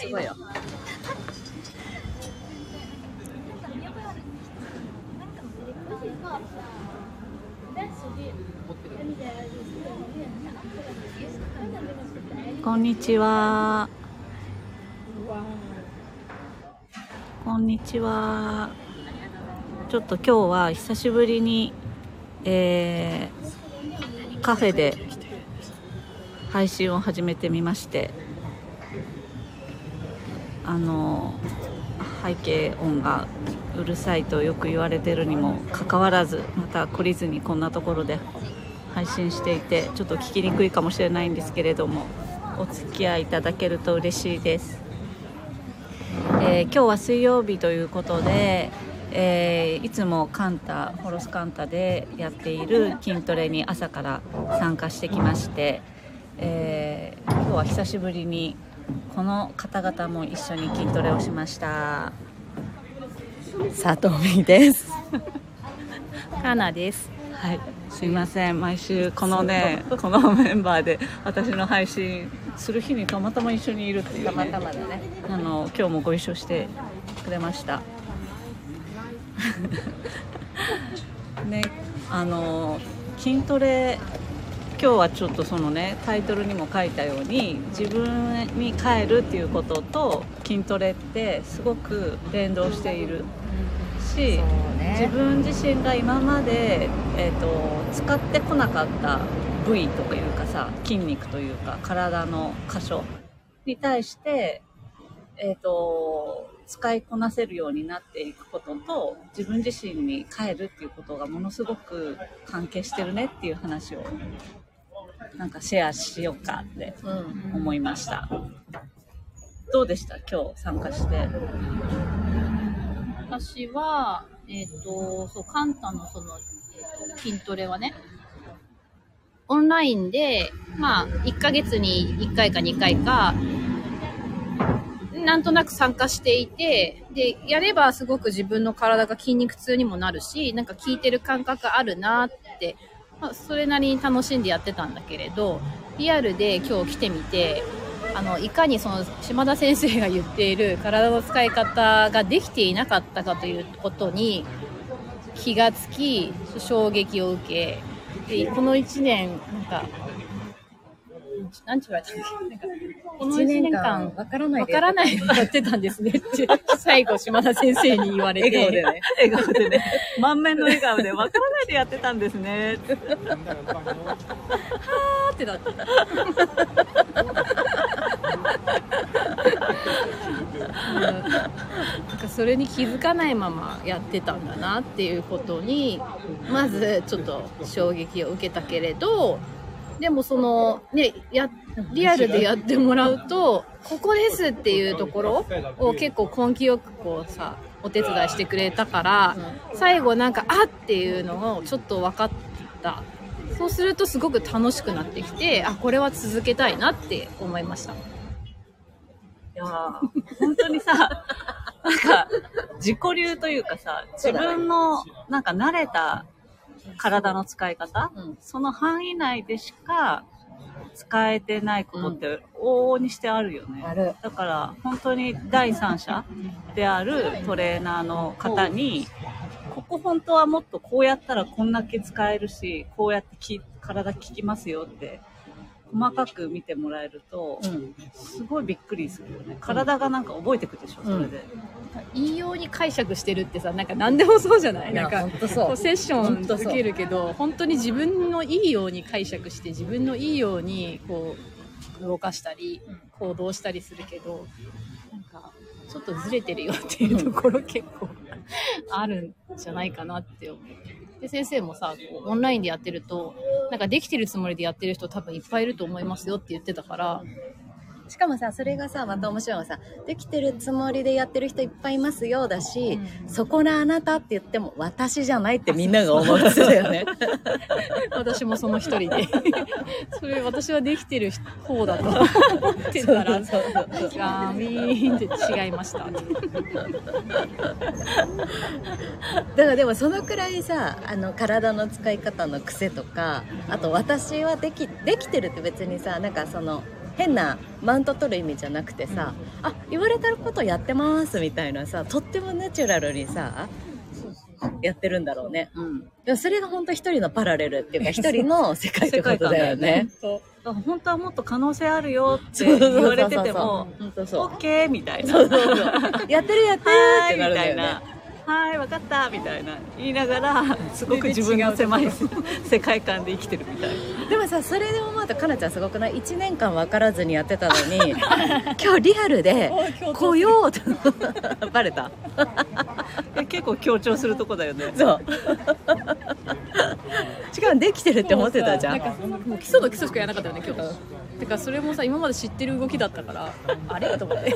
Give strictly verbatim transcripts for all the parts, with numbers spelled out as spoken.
すごいよ。 こんにちは。こんにちは。ちょっと今日は久しぶりに、えー、カフェで配信を始めてみまして、あの背景音がうるさいとよく言われてるにもかかわらず、また懲りずにこんなところで配信していて、ちょっと聞きにくいかもしれないんですけれども、お付き合いいただけると嬉しいです。えー、今日は水曜日ということで、えー、いつもカンタホロスカンタでやっている筋トレに朝から参加してきまして、えー、今日は久しぶりにこの方々も一緒に筋トレをしました。さとみです。 かなです。 はい、すいません。毎週このねこのメンバーで私の配信する日にたまたま一緒にいるっていう、ね、 たまたまだね。 あの今日もご一緒してくれましたね。あの筋トレ、今日はちょっとそのねタイトルにも書いたように、自分に帰るっていうことと筋トレってすごく連動しているし、ね、自分自身が今まで、えーと、使ってこなかった部位とかいうかさ、筋肉というか体の箇所に対して、えーと、使いこなせるようになっていくことと、自分自身に帰るっていうことがものすごく関係してるねっていう話をなんかシェアしようかって思いました、うん、どうでした今日参加して？ 私は、えっと、そう、カンタのその、えーと、筋トレはね、オンラインで、まあ、いっかげつにいっかいかにかいか、なんとなく参加していて、で、やればすごく自分の体が筋肉痛にもなるし、なんか効いてる感覚あるなって、まあ、それなりに楽しんでやってたんだけれど、リアルで今日来てみて、あのいかにその島田先生が言っている体の使い方ができていなかったかということに気がつき、衝撃を受け、でこのいちねんなんか何て言われたんだっけ、なんかこのいちねんかんわからないでやってたんですねって最後島田先生に言われて、 笑顔でね笑顔でね満面の笑顔でわからないでやってたんですねってはーってなってなんかそれに気づかないままやってたんだなっていうことにまずちょっと衝撃を受けたけれど、でもそのねやリアルでやってもらうとここですっていうところを結構根気よくこうさお手伝いしてくれたから、最後なんかあっていうのをちょっと分かった。そうするとすごく楽しくなってきて、あ、これは続けたいなって思いました。 いや本当にさなんか自己流というかさ、自分のなんか慣れた体の使い方、うん、その範囲内でしか使えてないことって往々にしてあるよね、うん、だから本当に第三者であるトレーナーの方に、ここ本当はもっとこうやったらこんだけ使えるし、こうやってき体効きますよって細かく見てもらえると、うん、すごいびっくりするよね。体がなんか覚えてくでしょ、それで。 うん、いいように解釈してるってさ、なんか何でもそうじゃない？なんかこうセッション受けるけど、本当に自分のいいように解釈して、自分のいいようにこう動かしたり、行動したりするけど、なんかちょっとずれてるよっていうところ結構あるんじゃないかなって思う。で先生もさ、こうオンラインでやってるとなんかできてるつもりでやってる人多分いっぱいいると思いますよって言ってたから、 しかもさ、それがさまた面白いのがさ、できてるつもりでやってる人いっぱいいますよだし、うん、そこのあなたって言っても私じゃないってみんなが思ってたよね私もその一人でそれ私はできてる方だと思ってたらガーミーンって違いましただからでもそのくらいさ、あの体の使い方の癖とか、あと私はでき、できてるって別にさ、なんかその変なマウント取る意味じゃなくてさ、うん、あ言われたことやってますみたいなさ、とってもナチュラルにさやってるんだろうね、うん、でもそれが本当一人のパラレルっていうか一人の世界ってことだよね。 本当はもっと可能性あるよって言われててもオッケーみたいな、そうそうそうやってるやってるってなるんだよね。 はい分かったみたいな言いながらすごく自分の狭い世界観で生きてるみたいな。 でもさ、それで思うとかなちゃんすごくない？いちねんかん分からずにやってたのに今日リアルで来ようとバレた結構強調するとこだよね。 そうしかもできてるって思ってたじゃん。 なんかもう基礎の基礎しかやらなかったよね今日。てかそれもさ今まで知ってる動きだったからあれと思って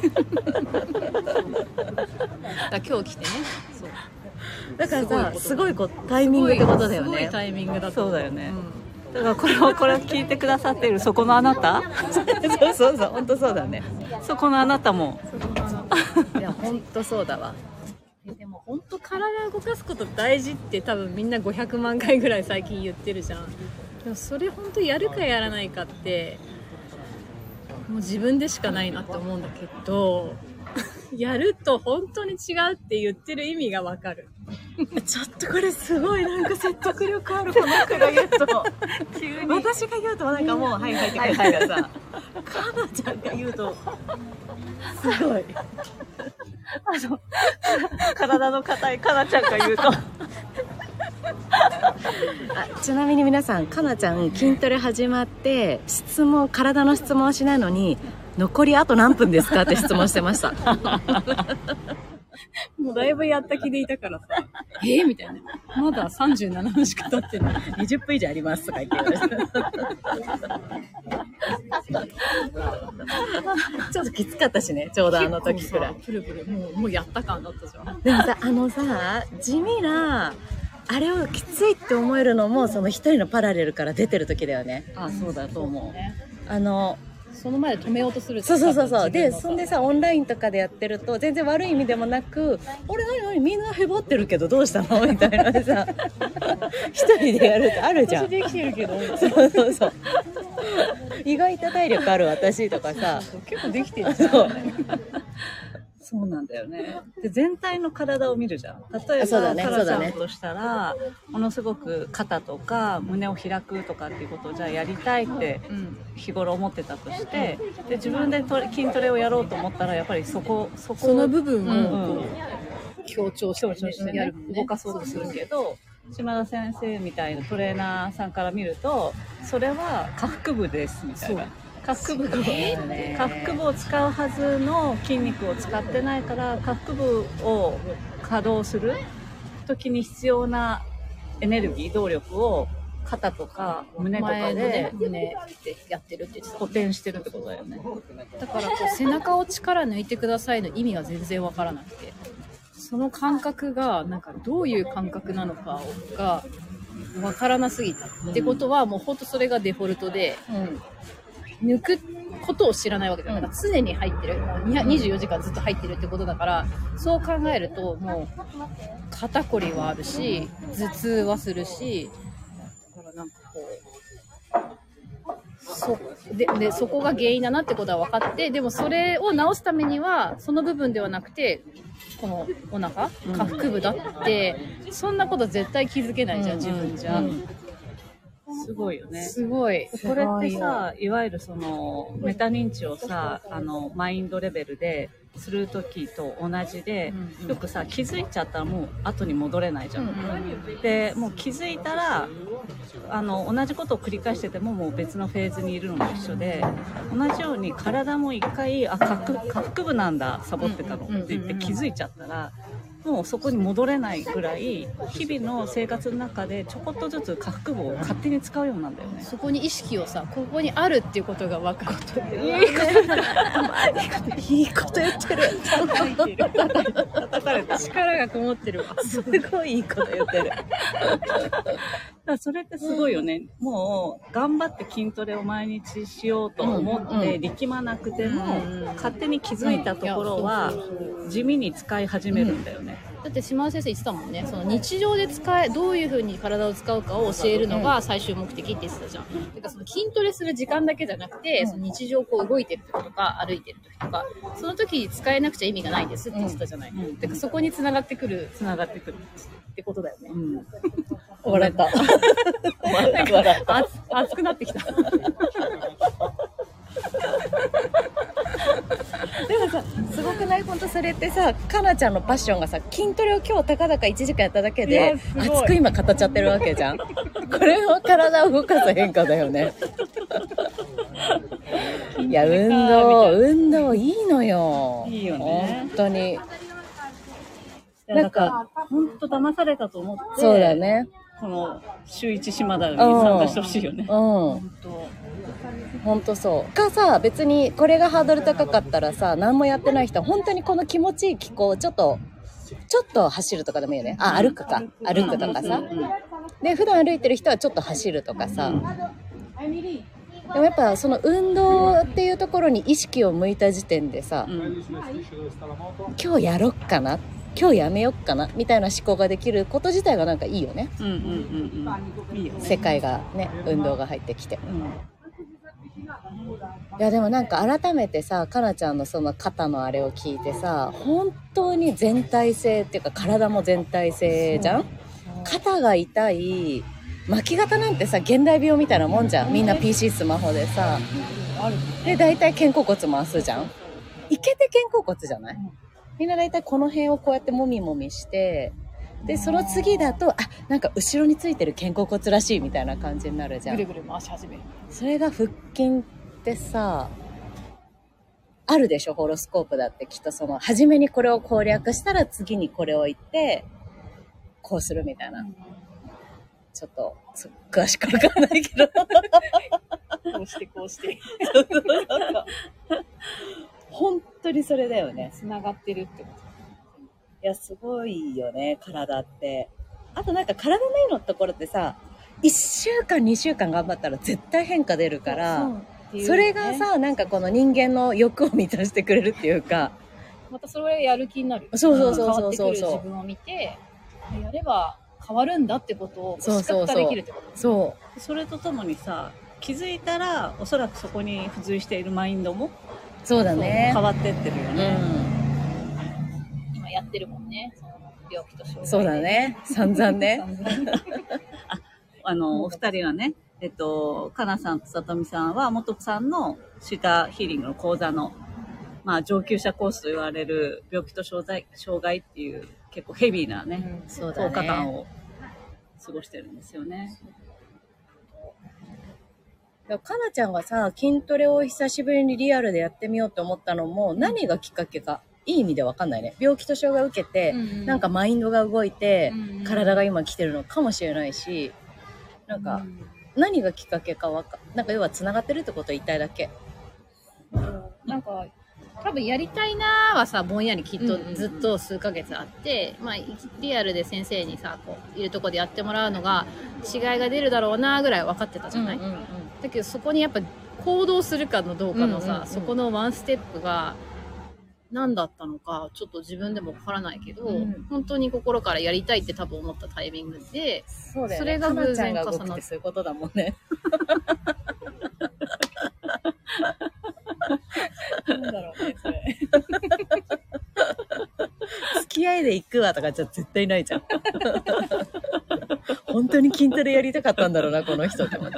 だ今日来てね。そうだからさ、すごいこうタイミングってことだよね。 すごいタイミングだそうだよね、うん、だからこれをこれを聞いてくださっているそこのあなたそうそうそう本当そうだね。 そこのあなたもいや本当そうだわ。 でも本当体を動かすこと大事って多分みんなごひゃくまんかいぐらい最近言ってるじゃん。でもそれ本当やるかやらないかってもう自分でしかないなって思うんだけどやると本当に違うって言ってる意味がわかる。 ちょっとこれすごいなんか説得力ある。この人が言うと急に私が言うとなんかもうはいはいって感じがさかなちゃんが言うとすごいあの体の硬いかなちゃんが言うとあちなみに皆さん、かなちゃん筋トレ始まって質問体の質問をしないのに残りあと何分ですかって質問してましたもうだいぶやった気でいたからさえー、みたいなまださんじゅうななふんしか経ってないにじゅっぷん以上ありますとか言ってましたちょっときつかったしね、ちょうどあの時くらいプルプルもう、もうやった感だったじゃん。 でもさ、あのさ地味なあれをきついって思えるのもその一人のパラレルから出てる時だよね。 あ、そうだと思う、 ね、 あのその前で止めようとする。 そうそうそうそう。でそんでさオンラインとかでやってると全然悪い意味でもなく、俺何何みんなへぼってるけどどうしたのみたいなさ一人でやるとあるじゃん。 私できてるけどそうそうそう意外と体力ある私とかさ結構できてるじゃん。そうそうなんだよね。で全体の体を見るじゃん。例えばそうだねカラちゃんとしたら、ものすごく肩とか胸を開くとかっていうことをじゃあやりたいって日頃思ってたとして、で自分でトレ筋トレをやろうと思ったらやっぱりそこそこその部分をうんうん強調して、 してね、動かそうとするけど、島田先生みたいなトレーナーさんから見るとそれは下腹部ですみたいな。下腹部を下腹部を使うはずの筋肉を使ってないから下腹部を稼働する時に必要なエネルギー動力を肩とか胸とかで胸でやってるって補填してるってことだよね。 だからこう背中を力抜いてくださいの意味が全然わからなくて、その感覚がなんかどういう感覚なのかがわからなすぎたってことは、もう本当それがデフォルトで、うん抜くことを知らないわけだよ。なんか常に入ってる、もうにじゅうよじかんずっと入ってるってことだから、そう考えるともう肩こりはあるし頭痛はするし、だからなんかこう そ, ででそこが原因だなってことは分かって、でもそれを直すためにはその部分ではなくてこのお腹下腹部だって、うん、そんなこと絶対気づけないじゃん、自分じゃ、うんうんすごいよね。 すごい。 これってさ、いわゆるそのメタ認知をさ、あのマインドレベルでする時と同じで、うんうん、よくさ気づいちゃったらもう後に戻れないじゃん。うんうん、でもう気づいたらあの同じことを繰り返しててももう別のフェーズにいるのも一緒で、同じように体も一回あ下腹、下腹部なんだサボってたのって言って気づいちゃったら。もうそこに戻れないぐらい日々の生活の中でちょこっとずつ下腹部を勝手に使うようなんだよね。 そこに意識をさ、ここにあるっていうことが分かるといいこといいこと言ってる叩かれた力がこもってるわ。 すごいいいこと言ってるだからそれってすごいよね、うん、もう頑張って筋トレを毎日しようと思って力まなくても、うんうん、勝手に気づいたところは地味に使い始めるんだよね、 うん、 だって島田先生言ってたもんね、その日常で使えどういう風に体を使うかを教えるのが最終目的って言ってたじゃん。だからその筋トレする時間だけじゃなくて、その日常こう動いてる時とか歩いてる時とか、その時に使えなくちゃ意味がないですって言ってたじゃない。うん、だからそこに繋がってくる繋がってくるってことだよね。 うん、 笑った。 笑った。熱, 熱くなってきた。 でもさ、すごくない？ほんとそれってさ、かなちゃんのパッションがさ、筋トレを今日たかだかいちじかんやっただけで熱く今語っちゃってるわけじゃん。これは体を動かす変化だよね。いや、運動運動いいのよ。 いいよね、 本当に。 なんか本当騙されたと思って、 そうだね、 この週一島田に参加してほしいよね。 うん、本当本当そうかさ、別にこれがハードル高かったらさ、何もやってない人は本当にこの気持ちいい気候ちょっとちょっと走るとかでもいいよね。あ、歩くか歩くとかさ、で普段歩いてる人はちょっと走るとかさ、でもやっぱその運動っていうところに意識を向いた時点でさ、うん、今日やろっかな、今日やめよっかなみたいな思考ができること自体がなんかいいよね。 うんうんうんうん、いいよね。 世界がね、運動が入ってきて、うん、いやでもなんか改めてさ、かなちゃんのその肩のあれを聞いてさ、本当に全体性っていうか体も全体性じゃん。肩が痛い、巻き肩なんてさ現代病みたいなもんじゃん。みんな ピーシー スマホでさ、で大体肩甲骨回すじゃん。いけて肩甲骨じゃない？みんな大体この辺をこうやってもみもみして、でその次だと、あ、なんか後ろについてる肩甲骨らしいみたいな感じになるじゃん。 ぐるぐる回し始める。 それが腹筋ってさ、あるでしょ、ホロスコープだってきっとその初めにこれを攻略したら次にこれを言ってこうするみたいな。ちょっと詳しくわかんないけどこうしてこうして本当にそれだよね。 つながってるってこと。 いやすごいよね、体って。あとなんか体のいいのところってさ、いっしゅうかんにしゅうかん頑張ったら絶対変化出るから、そうそう、ね、それがさ、なんかこの人間の欲を満たしてくれるっていうか、 またそれやる気になる。 そうそうそうそうそう、 変わってくる自分を見てやれば変わるんだってことを視覚化できるってこと。 そうそうそう、 それとともにさ、気づいたらおそらくそこに付随しているマインドもそうだね、 変わってってるよね、 うん、今やってるもんね、その病気と障害。 そうだね、散々ねあ, あのお二人はね、えっとかなさんとさとみさんは元さんのシータヒーリングの講座の、まあ、上級者コースと言われる病気と障害、障害っていう結構ヘビーなね、うん、そうだね、とおかかんを過ごしてるんですよね。 かなちゃんがさ、筋トレを久しぶりにリアルでやってみようと思ったのも、何がきっかけかいい意味で分かんないね。病気と障害を受けて、うんうん、なんかマインドが動いて、うんうん、体が今来てるのかもしれないし、なんか、うん、何がきっかけかわかなんか要はつながってるってことを言いたいだけ。 うん、なんか多分やりたいなーはさ、ぼんやりきっとずっと数ヶ月あって、うんうんうん、まあリアルで先生にさ、こういるとこでやってもらうのが違いが出るだろうなーぐらい分かってたじゃない、うんうんうん、だけどそこにやっぱ行動するかのどうかのさ、うんうんうん、そこのワンステップが何だったのかちょっと自分でも分からないけど、うん、本当に心からやりたいって多分思ったタイミングで、 そうだよね、 それが偶然重なって、 かなちゃんが動くってそういうことだもんねなんだろうね、それ付き合いで行くわとかじゃ絶対ないじゃん本当に筋トレやりたかったんだろうなこの人って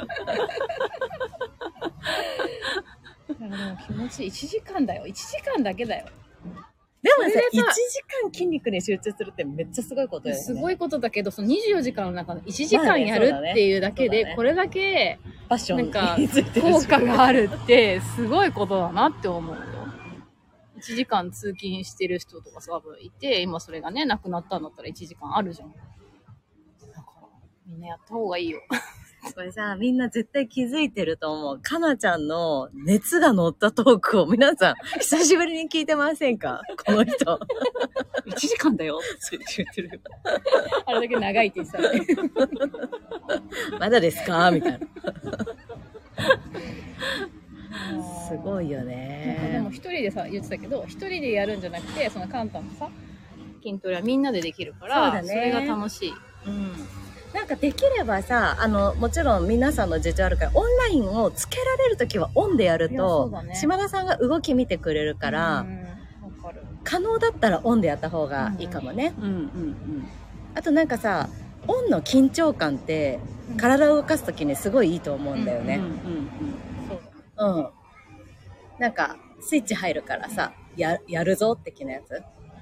でも気持ちいい。いちじかんだよ、いちじかんだけだよ。 でもさ、いちじかん筋肉に集中するってめっちゃすごいことだよね。 すごいことだけど、そのにじゅうよじかんの中のいちじかんやるっていうだけで、まあねね、これだけパッションなんか効果があるってすごいことだなって思うよ。いちじかん通勤してる人とか多分いて、今それがねなくなったんだったらいちじかんあるじゃん。だからみんなやった方がいいよ。 これさ、みんな絶対気づいてると思う。かなちゃんの熱が乗ったトークを皆さん久しぶりに聞いてませんか？この人いちじかんだよって言ってるあれだけ長いって言ってたねまだですかみたいなすごいよね。 でも一人でさ言ってたけど、一人でやるんじゃなくて、そのカンタのさ筋トレはみんなでできるから、 そうだね、 それが楽しい。 うん。なんかできればさ、あの、もちろん皆さんの事情あるから、オンラインをつけられるときはオンでやると、ね、島田さんが動き見てくれるから、うん、かる可能だったらオンでやった方がいいかもね。うんうんうん。あとなんかさ、オンの緊張感って体を動かすときにすごいいいと思うんだよね。うんうんうんうん。うん。なんかスイッチ入るからさ、や、やるぞ的なやつ。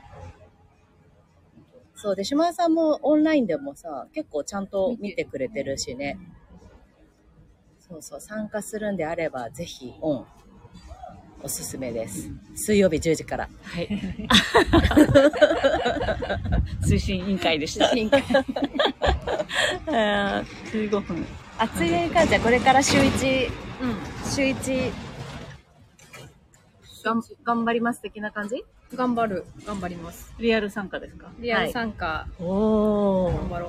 そうで、島田さんもオンラインでもさ、結構ちゃんと見てくれてるしね。そうそう、参加するんであればぜひオンおすすめです。うん、水曜日じゅうじから。はい。 推進委員会でした。推進委員会。じゅうごふん。 あ、ついでにかんちゃん、これから週一、うん、週一、がん、頑張ります的な感じ？ 頑張る。頑張ります。 リアル参加ですか？ リアル参加。はい、 おー。 頑張ろ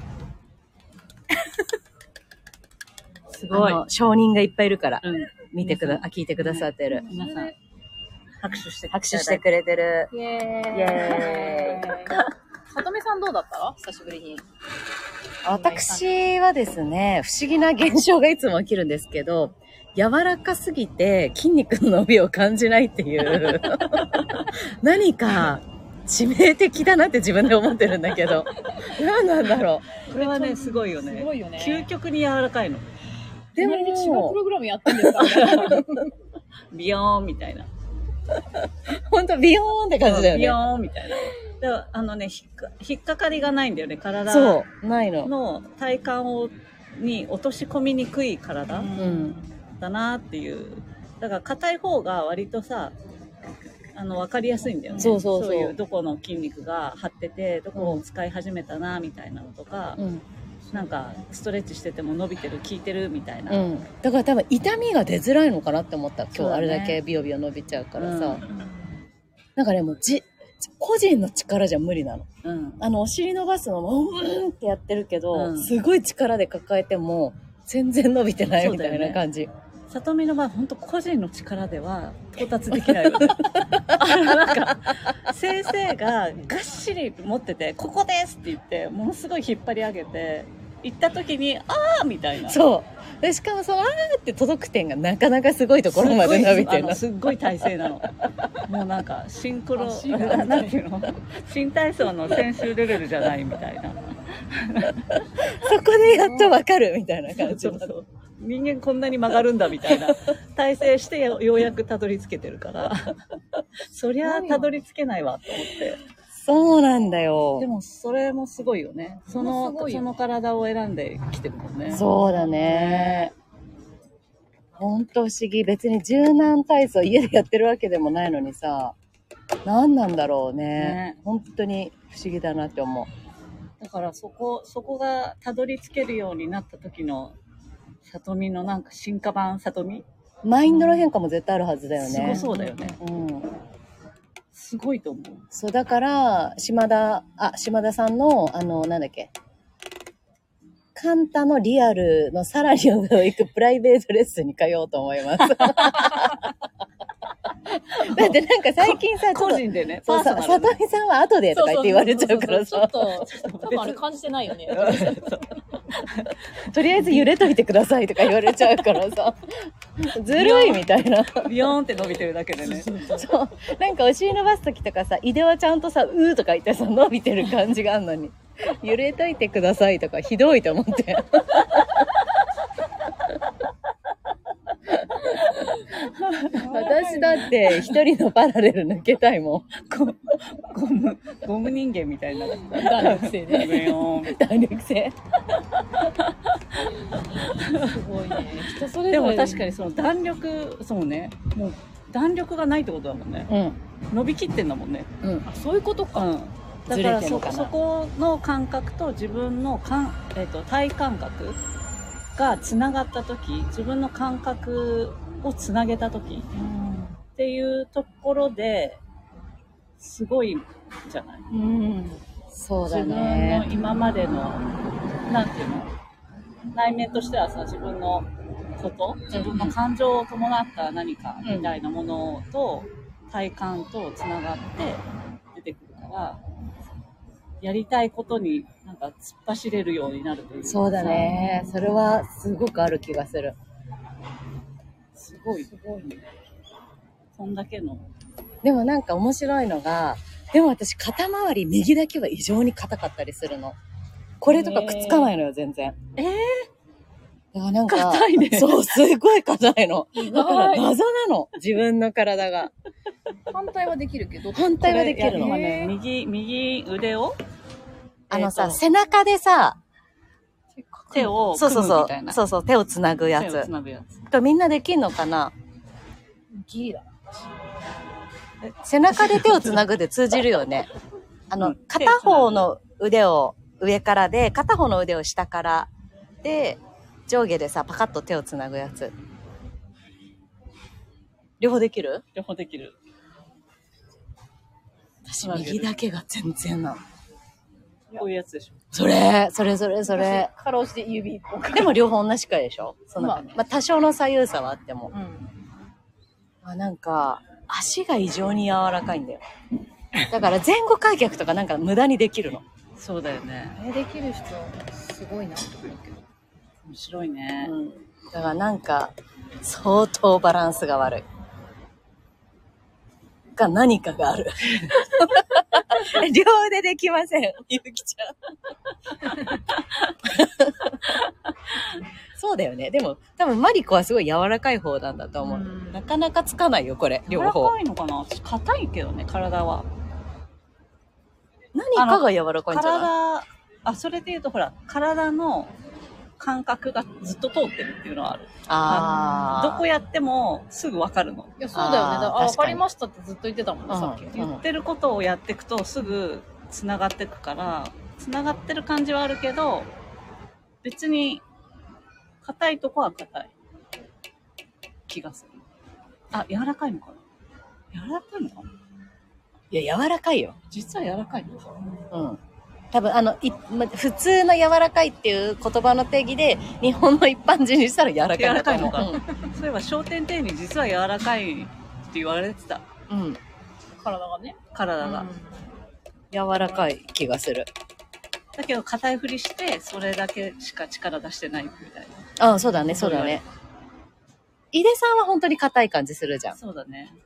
う。すごい。承認がいっぱいいるから。うん。見てくだ、あ、聞いてくださってる。 皆さん、拍手して、 拍手してくれてる。 イェーイ。イェーイ。さとみさんどうだった久しぶりに。 私はですね、不思議な現象がいつも起きるんですけど、柔らかすぎて筋肉の伸びを感じないっていう、何か致命的だなって自分で思ってるんだけど、何なんだろう。これはね、すごいよね。 すごいよね。 究極に柔らかいの。 でも、違うプログラムやってんですかビヨーンみたいな。 ほんとビヨーンって感じだよね。 ビヨーンみたいな。でもあのね、引っか、引っかかりがないんだよね、体そう、ないの。 の体幹を、に落とし込みにくい体、うん、だなっていう。だから硬い方が割とさ、あの、わかりやすいんだよね。 そうそうそう。 そういうどこの筋肉が張ってて、どこを使い始めたな、みたいなのとか、うん、なんかストレッチしてても伸びてる、効いてるみたいな、うん、 だから多分痛みが出づらいのかなって思った。今日あれだけビヨビヨ伸びちゃうからさ、うん、なんかね、もうじ個人の力じゃ無理なの、うん、あのお尻伸ばすのもうんってやってるけど、うん、すごい力で抱えても全然伸びてないみたいな感じ。 さとみの場合本当個人の力では到達できないよねなんか先生ががっしり持っててここですって言ってものすごい引っ張り上げて行った時にあーみたいな。 そうでしかもそのあーって届く点がなかなかすごいところまで伸びてるの。 すっごい体勢なのもうなんかシンクロなんていうの新体操の選手レベルじゃないみたいなそこでやっとわかるみたいな感じ。 そうそうそう人間こんなに曲がるんだみたいな体勢してようやくたどり着けてるからそりゃたどり着けないわと思って。 そうなんだよ。 でもそれもすごいよね。そのその体を選んできてるもんね。 そうだね。ほんと不思議。別に柔軟体操家でやってるわけでもないのにさ、何なんだろうね。ね、本当に不思議だなって思う。 だからそこそこがたどり着けるようになった時のさとみのなんか進化版さとみ。 マインドの変化も絶対あるはずだよね。 すごそうだよね。うん。すごいと思う。 そうだから島田あ島田さんのあのなんだっけカンタのリアルのさらに上を行くプライベートレッスンに通おうと思います。だってなんか最近さ個人でねパーソナルね、さとみさんは後でとか言って言われちゃうからさ、 ちょっと多分あれ感じてないよね。 とりあえず揺れといてくださいとか言われちゃうからさずるいみたいな。 ビヨーンって伸びてるだけでね。 そうなんかお尻伸ばす時とかさ胃ではちゃんとさうーとか言ってさ伸びてる感じがあるのに揺れといてくださいとかひどいと思って私だって一人のパラレル抜けたいもん。 ゴムゴム人間みたいな弾力性で弾力性すごいね。人それぞれ。 でも確かにその弾力そうねもう弾力がないってことだもんね、うん、伸びきってんだもんね、 うん、あそういうことか、うん、 だから そ, そこの感覚と自分のかん、えー、と体感覚がつながった時自分の感覚をつなげた時、うん、っていうところですごいじゃない、うん、 そうだね。 自分の今までのなんていうの内面としてはさ自分のこと自分の感情を伴った何かみたいなものと体感とつながって出てくるからやりたいことになんか突っ走れるようになるというか。 そうだね。それはすごくある気がする。 すごい、すごいね。そんだけの。 でもなんか面白いのが、でも私肩周り右だけは異常に硬かったりするの。これとかくっつかないのよ、全然。 えー、 だからなんか、 硬いね。 そう、すごい硬いの。だから謎なの、自分の体が。 反対はできるけど。 反対はできるの。 今ね、右、右腕をあのさ、 えーと背中でさ、 手をそうそうそう組むみたいな。 そうそう、手をつなぐやつ手をつ。なぐやつ。 とみんなできんのかな？ ギリだ。 背中で手をつなぐで通じるよね。あの、 うん片方の腕を上からで、片方の腕を下からで、上下でさ、パカッと手をつなぐやつ。両方できる？ 両方できる。 私、右だけが全然なの。 こういうやつでしょ。 それ、それそれそれ。 かろうじて指を。 でも両方同じくらいでしょ？その、 まあねまあ多少の左右差はあっても。 うん。 あ、なんか、足が異常に柔らかいんだよ。だから前後開脚とかなんか無駄にできるの。 そうだよね。 あれできる人、すごいなと思うけど。 面白いね。 うん。だからなんか、相当バランスが悪い。が何かがある。両腕できません、ゆきちゃん。そうだよね。でも、多分マリコはすごい柔らかい方なんだと思う。 うんなかなかつかないよ、これ、両柔ら方。 かいのかな？私硬いけどね、体は。 何かが柔らかいんじゃない？ 体、あ、それで言うとほら、体の感覚がずっと通ってるっていうのはある。 あー。 どこやってもすぐわかるの。 いや、そうだよね。だからあ、わあー確かにかりましたってずっと言ってたもんね、 うんさっき。 言ってることをやっていくとすぐ繋がっていくから、繋がってる感じはあるけど、別に硬いとこは硬い気がする。あ、柔らかいのかな？柔らかいのかな？ いや、柔らかいよ。 実は柔らかいのかな？ うん。多分あの、いま、普通の柔らかいっていう言葉の定義で、日本の一般人にしたら柔らかい柔らかいのか。 うんそういえば商店店に実は柔らかいって言われてた。 うん。 体がね。 体が。 うん柔らかい気がする。 だけど硬いふりしてそれだけしか力出してないみたいああ、そうだね、そうだね。井出さんは本当に硬い感じするじゃな。 ん。 そうだね。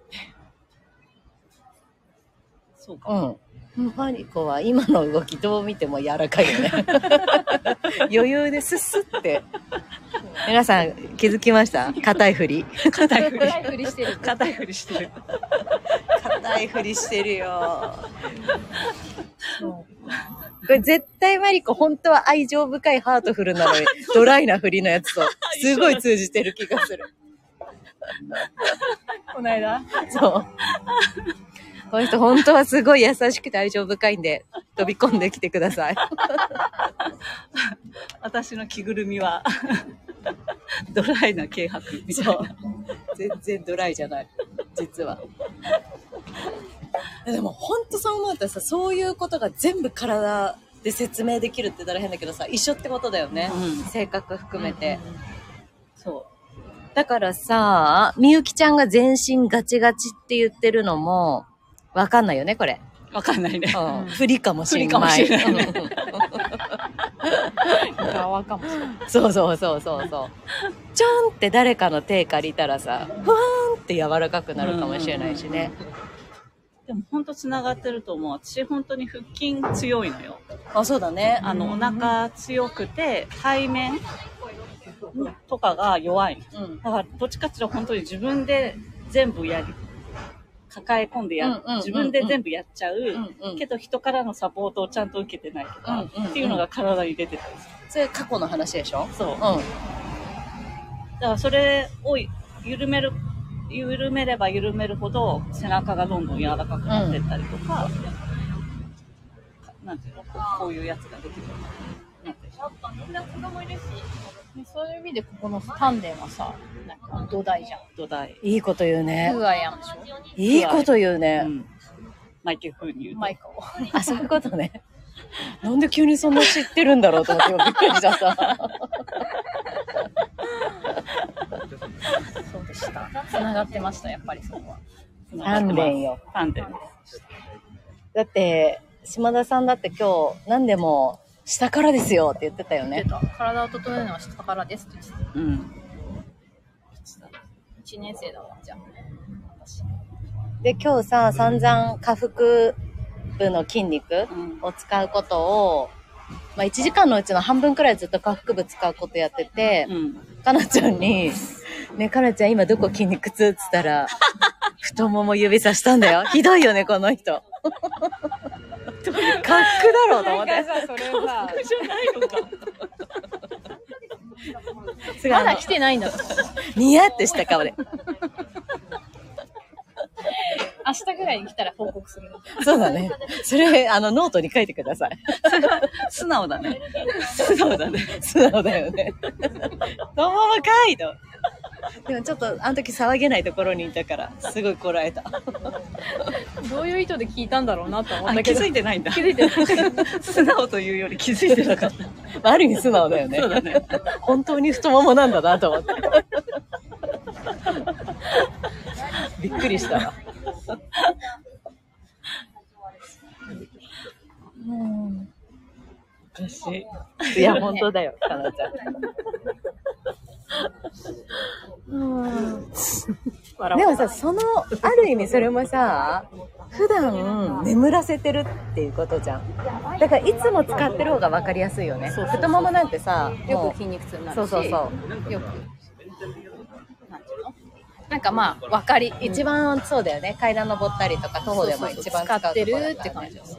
そうか。 うん。マリコは今の動きどう見ても柔らかいよね。余裕でスッスッって。皆さん気づきました？硬いふり。 硬いふり。 硬いふりしてる。 硬いふりしてる。 硬いふりしてるよ。 そうこれ絶対マリコ本当は愛情深いハートフルなのにドライなふりのやつとすごい通じてる気がする。 この間そう。この人本当はすごい優しくて愛情深いんで飛び込んできてください。 私の着ぐるみはドライな軽薄みたいそうな。 全然ドライじゃない実は。でも本当そう思うとさ、そういうことが全部体で説明できるって言ったら変だけどさ、一緒ってことだよね、 うん性格含めて、 そうだからさ、みゆきちゃんが全身ガチガチって言ってるのもわかんないよねこれ。 わかんないね。 うん、不利かもしれない。 不利かもしれないね側かもしれない。 そうそうそうそうそう。ちょんって誰かの手借りたらさ、ふわーんって柔らかくなるかもしれないしね。 でも本当つながってると思う。私本当に腹筋強いのよ。 あ、そうだね。 あの、お腹強くて背面とかが弱い。 うん。 だからどっちかっていうと本当に自分で全部やり、抱え込んでや、 うんうんうんうん自分で全部やっちゃう、 うんうんけど人からのサポートをちゃんと受けてないとか、 うんうんうんっていうのが体に出てたりする。 それ過去の話でしょ？ そう。 うん。 だからそれを緩める、緩めれば緩めるほど背中がどんどん柔らかくなってったりとか、なんていうの、こうこういうやつができるようになってる。 みんな子供いるし、そういう意味でここの丹田はさ、なんか土台じゃん。 土台。 いいこと言うね。 フーアヤンでしょ。 いいこと言うね。 うん。マイケル風に言うと。 マイカを。 あ、そういうことね。なんで急にそんな知ってるんだろうと思ってびっくりしちゃった。 そうでした。繋がってました、やっぱりそこは。 丹田よ。 丹田。 だって、 島田さんだって今日何でも下からですよって言ってたよね。 言ってた。体を整えるのは下からですって言ってた。 うん。 いちねん生だわ、じゃあ。私。 で、今日さ、散々下腹部の筋肉を使うことを、まあいちじかんのうちの半分くらいずっと下腹部使うことやってて、うん、かなちゃんに、ね、かなちゃん今どこ筋肉痛って言ったら、太もも指さしたんだよ。ひどいよね、この人。カックだろうと思って。 それさ、 カックじゃないのか。 まだ来てないんだ。 ニヤってした顔で。 明日ぐらいに来たら報告する。 そうだね。それ、あの、ノートに書いてください。 素直だね。素直だね。 素直だよね。どうもまかいと。でもちょっと、あの時騒げないところにいたから、すごいこらえた。 どういう意図で聞いたんだろうなと思ったけど。 気づいてないんだ。 気づいてない。 素直というより気づいてなかった。 ある意味素直だよね。 そうだね。 本当に太ももなんだなと思って。びっくりしたわ。うん。 おかしい。いや、本当だよ、かなちゃん。うんでもさ、その、ある意味それもさ、普段眠らせてるっていうことじゃん。だからいつも使ってる方が分かりやすいよね。そうそうそう、太ももなんてさ、 よく筋肉痛になるし。 そうそうそう。 よく。なんていうの？なんかまあ、分かり。 一番そうだよね。階段登ったりとか徒歩でも一番使うところだからね。 使ってるって感じです。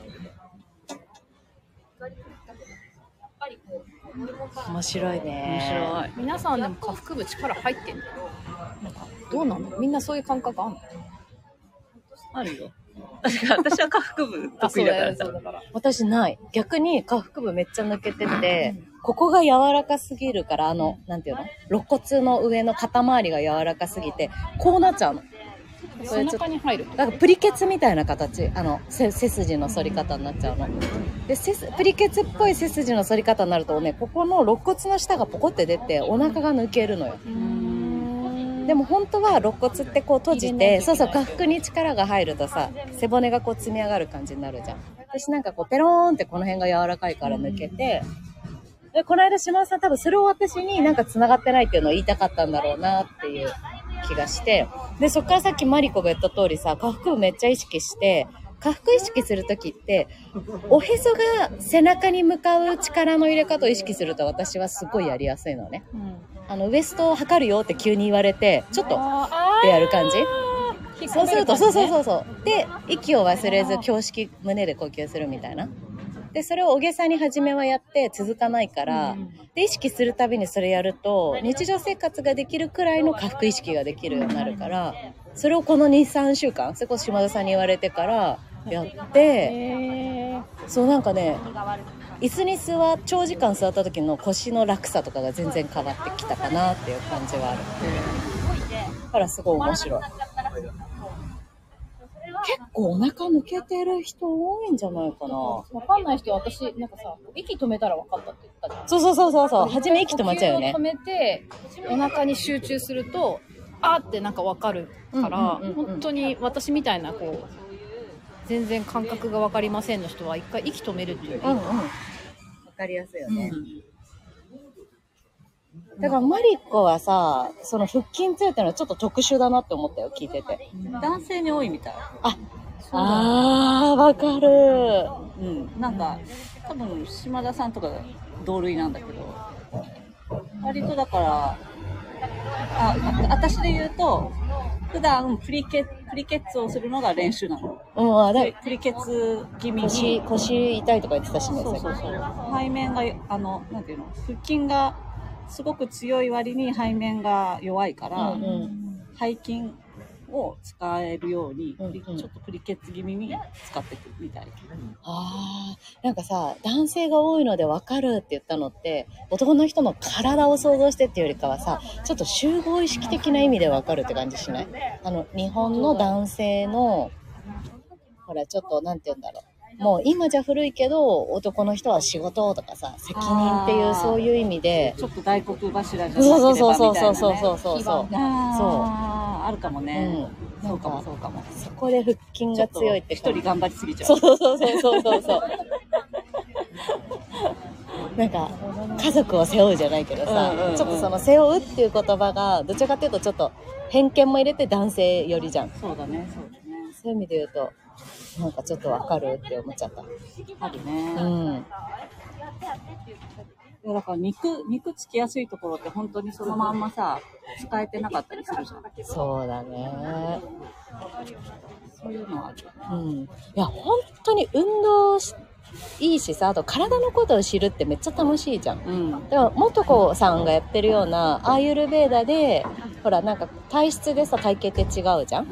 面白いね。 面白い。皆さんでも下腹部力入ってんの？なんかどうなの？みんなそういう感覚あんの？ あるよ。私は下腹部得意だからさ。 私ない。逆に下腹部めっちゃ抜けてて、ここが柔らかすぎるから、あの、なんていうの？肋骨の上の肩周りが柔らかすぎて、こうなっちゃうの。 背中に入る。 だからプリケツみたいな形、あの背筋の反り方になっちゃうの。で、プリケツっぽい背筋の反り方になるとね、ここの肋骨の下がポコって出てお腹が抜けるのよ。でも本当は肋骨ってこう閉じて、そうそう、下腹に力が入るとさ、背骨がこう積み上がる感じになるじゃん。私なんかこうペローンってこの辺が柔らかいから抜けて、でこの間島田さん多分それを私になんか繋がってないっていうのを言いたかったんだろうなっていう気がして、でそっからさっきマリコが言った通りさ、下腹部めっちゃ意識して、下腹意識するときっておへそが背中に向かう力の入れ方を意識すると私はすごいやりやすいのね、うん、あのウエストを測るよって急に言われてちょっとってやる感じ。そうすると、そうそうそうそうで息を忘れず胸式胸で呼吸するみたいな。でそれを大げさに初めはやって続かないから、うん、で意識するたびにそれやると日常生活ができるくらいの下腹意識ができるようになるから、それをこの にさんしゅうかんそれこそ島田さんに言われてからやって、そうなんかね、椅子に座長時間座った時の腰の楽さとかが全然変わってきたかなっていう感じはある。だからすごい面白い。結構お腹抜けてる人多いんじゃないかな。わかんない人は私なんかさ、息止めたら分かったって言ったじゃん。 そうそうそうそうそう。初め息止まっちゃうよね。 呼吸を止めてお腹に集中するとあーってなんか分かるから、うんうんうんうん、本当に私みたいなこう全然感覚が分かりませんの人は一回息止めるっていうより、うんうん、分かりやすいよね、うん、だからマリコはさ、その腹筋痛っていうのはちょっと特殊だなって思ったよ、聞いてて。 男性に多いみたい。 あ、あー、わかる。 うん、なんか多分島田さんとか同類なんだけど、割とだからあ、私で言うと普段プリケプリケッツをするのが練習なの。うん、だプリケツ気味に腰腰痛いとか言ってたしね。 そうそうそう。背面があのなんていうの、腹筋がすごく強い割に背面が弱いから、うんうん、背筋を使えるように、うんうん、ちょっとプリケツ気味に使っていくみたい。 ああ、なんかさ、男性が多いので分かるって言ったのって男の人の体を想像してっていうよりかはさ、ちょっと集合意識的な意味で分かるって感じしない？あの日本の男性のほらちょっとなんて言うんだろう、 もう今じゃ古いけど男の人は仕事とかさ責任っていうそういう意味でちょっと大黒柱じゃなければみたいな、ね、 そうそうそうそうそうそうそうああるかもね、うん、そうかもそうかも。 そこで腹筋が強いって一人頑張りすぎちゃう。 そうそうそうそうそうそうなんか家族を背負うじゃないけどさ、うんうんうん、ちょっとその背負うっていう言葉がどちらかというとちょっと偏見も入れて男性寄りじゃん。 そうだねそうだね。 そういう意味で言うとなんかちょっとわかるって思っちゃった。 あるね。 うん。 だから肉肉つきやすいところって本当にそのまんまさ使えてなかったりするじゃん。 そうだね。 そういうのはある。 うん。いや本当に運動しいいしさ、あと体のことを知るってめっちゃ楽しいじゃん。うん。だから元子さんがやってるようなアーユルヴェーダでほらなんか体質でさ体型って違うじゃん。うん。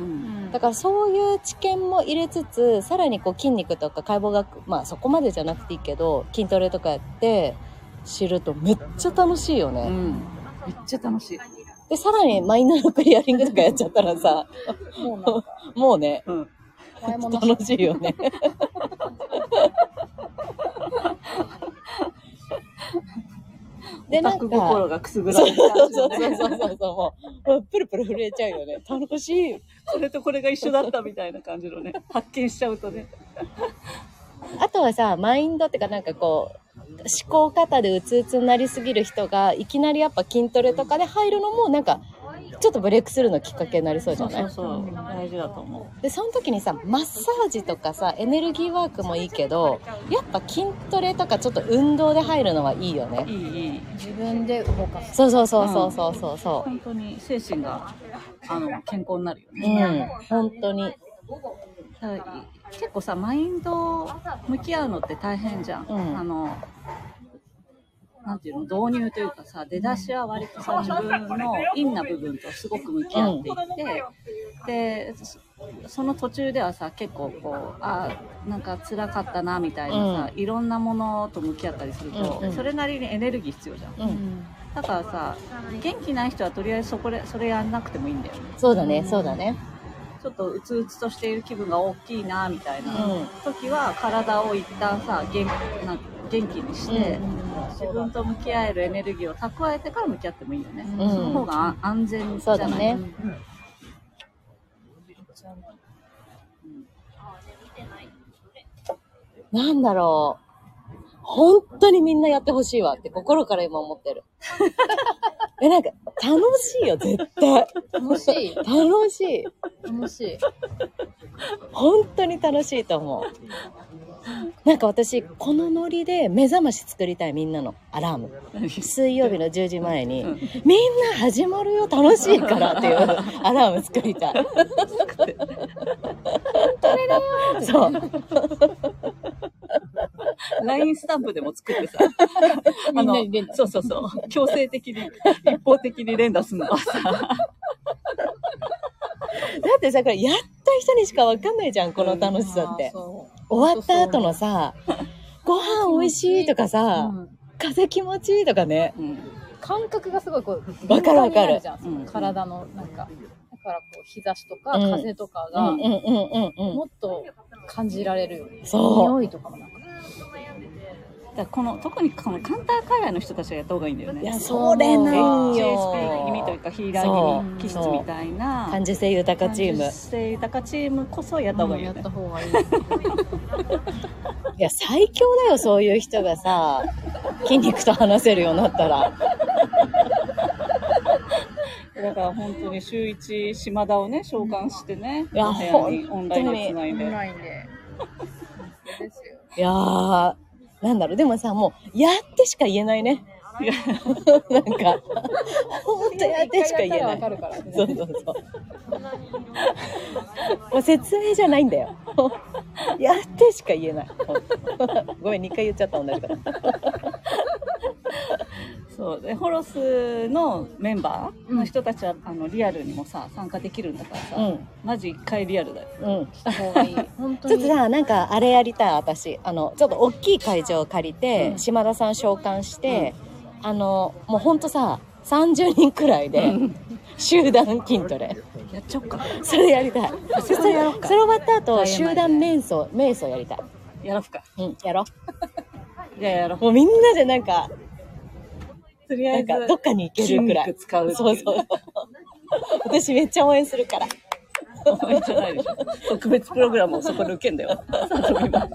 だからそういう知見も入れつつさらにこう筋肉とか解剖学まあそこまでじゃなくていいけど筋トレとかやって知るとめっちゃ楽しいよね。うん。 めっちゃ楽しい。 でさらにマインドのクリアリングとかやっちゃったらさもうなんかもうね、うん、楽しいよね。 でなんかオタク心がくすぐられる感じだね。 そうそうそうそうそうもうもうプルプル震えちゃうよね。楽しい。 それとこれが一緒だったみたいな感じのね発見しちゃうとね。 あとはさマインドってかなんかこう思考方でうつうつになりすぎる人がいきなりやっぱ筋トレとかで入るのもなんかちょっとブレイクするのきっかけになりそうじゃない？ そうそうそう大事だと思う。でその時にさマッサージとかさエネルギーワークもいいけどやっぱ筋トレとかちょっと運動で入るのはいいよね。 いいいい自分で動かす。 そうそうそうそうそうそうそう、 うん、本当に精神があの健康になるよね。 うん本当に。 結構さマインド向き合うのって大変じゃん、うん、あのなんていうの導入というかさ出だしは割とさ自分の陰な部分とすごく向き合っていって、うん、でその途中ではさ結構こうあなんか辛かったなみたいなさ、うん、いろんなものと向き合ったりすると、うんうん、それなりにエネルギー必要じゃん、うん、だからさ元気ない人はとりあえずそこでそれやんなくてもいいんだよね。 そうだねそうだね。 ちょっとうつうつとしている気分が大きいなみたいな時は、うん、体を一旦さ 元, な元気にして、うん、自分と向き合えるエネルギーを蓄えてから向き合ってもいいよね、うん、その方が安全じゃない？ そうだね、うん、なんだろう本当にみんなやってほしいわって心から今思ってる。えなんか楽しいよ絶対。 楽しい。 楽しい。 楽しい。 本当に楽しいと思う。なんか私このノリで目覚まし作りたいみんなのアラーム。水曜日のじゅうじまえに、うん、みんな始まるよ楽しいからっていうアラーム作りたい。本当にね。そう。 ライン スタンプでも作ってさみんなに連打そうそうそう強制的に一方的に連打するのはさだってさこれやった人にしか分かんないじゃんこの楽しさって、うん、終わった後のさご飯美味しいとかさ、うん、風気持ちいいとかね、うん、 感覚がすごいこう分かる分かるじゃん、うん、体のなんかだからこう日差しとか風とかがもっと感じられるよね。 そう匂いとかもなんかだこの特にこのカンター界隈の人たちがやった方がいいんだよね。 いやそれなんよ。 エイチエスピー 気味というかヒーラー気味気質みたいな感受性豊かチーム。 感受性豊かチームこそやった方がいいよね。 うん、やった方がいい。 いや最強だよそういう人がさ筋肉と話せるようになったら。 だから本当に週一島田をね召喚してね、 いや本当にオンラインでつないで。 オンラインで。ですよ。 いやー。なんだろうでもさもうやってしか言えないね。なんか本当やってしか言えない。そうそうそう。もう説明じゃないんだよ。やってしか言えない。ごめんにかい言っちゃった同じから。 そうでホロスのメンバーの人たちは、うん、あのリアルにもさ参加できるんだからさ、うん、マジ一回リアルだよ、 うん、した方がいい。本当にちょっとさなんかあれやりたい私あのちょっと大きい会場を借りて、うん、島田さん召喚して、うん、あのもうほんとささんじゅうにんくらいで、うん、集団筋トレやっちゃおうか。 それやりたい。それそれ終わった後集団瞑想瞑想やりたい。 やろうか。 うん、やろいや、やろう。もうみんなでなんか、 う。とりあえず、 なんかどっかに行けるくらい。 筋肉使うっていそうそうそう。私めっちゃ応援するから。 応援じゃないでしょ。特別プログラムをそこで受けんだよ。さとみも。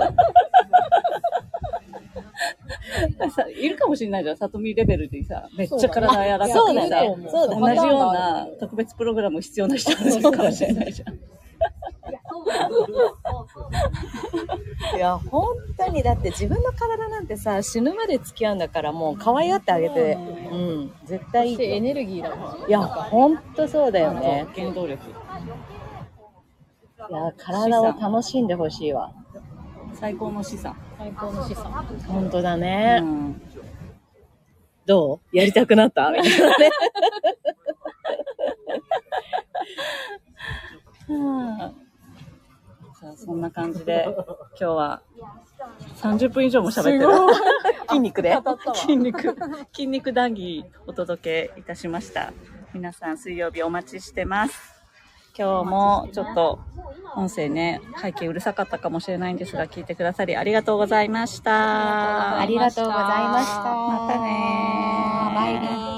さいるかもしれないじゃん、さとみレベルでさ、めっちゃ体柔らかくてさ、 そうだねそうだね同じような特別プログラム必要な人がいるかもしれないじゃん。 いや、本当に、だって自分の体なんてさ、死ぬまで付き合うんだから、もう可愛がってあげて、うん、絶対いいと。 エネルギーだもん。 いや、本当そうだよね。 原動力。 いや、体を楽しんでほしいわ。 最高の資産。 最高の資産。 本当だね。 うん、 どう？やりたくなったみたいなね。 さあそんな感じで今日はさんじゅっぷん以上も喋ってる。 筋肉で。 筋肉筋肉談義お届けいたしました。皆さん水曜日お待ちしてます。今日もちょっと音声ね、背景うるさかったかもしれないんですが、聞いてくださりありがとうございました。 ありがとうございました。 またねー。 バイビー。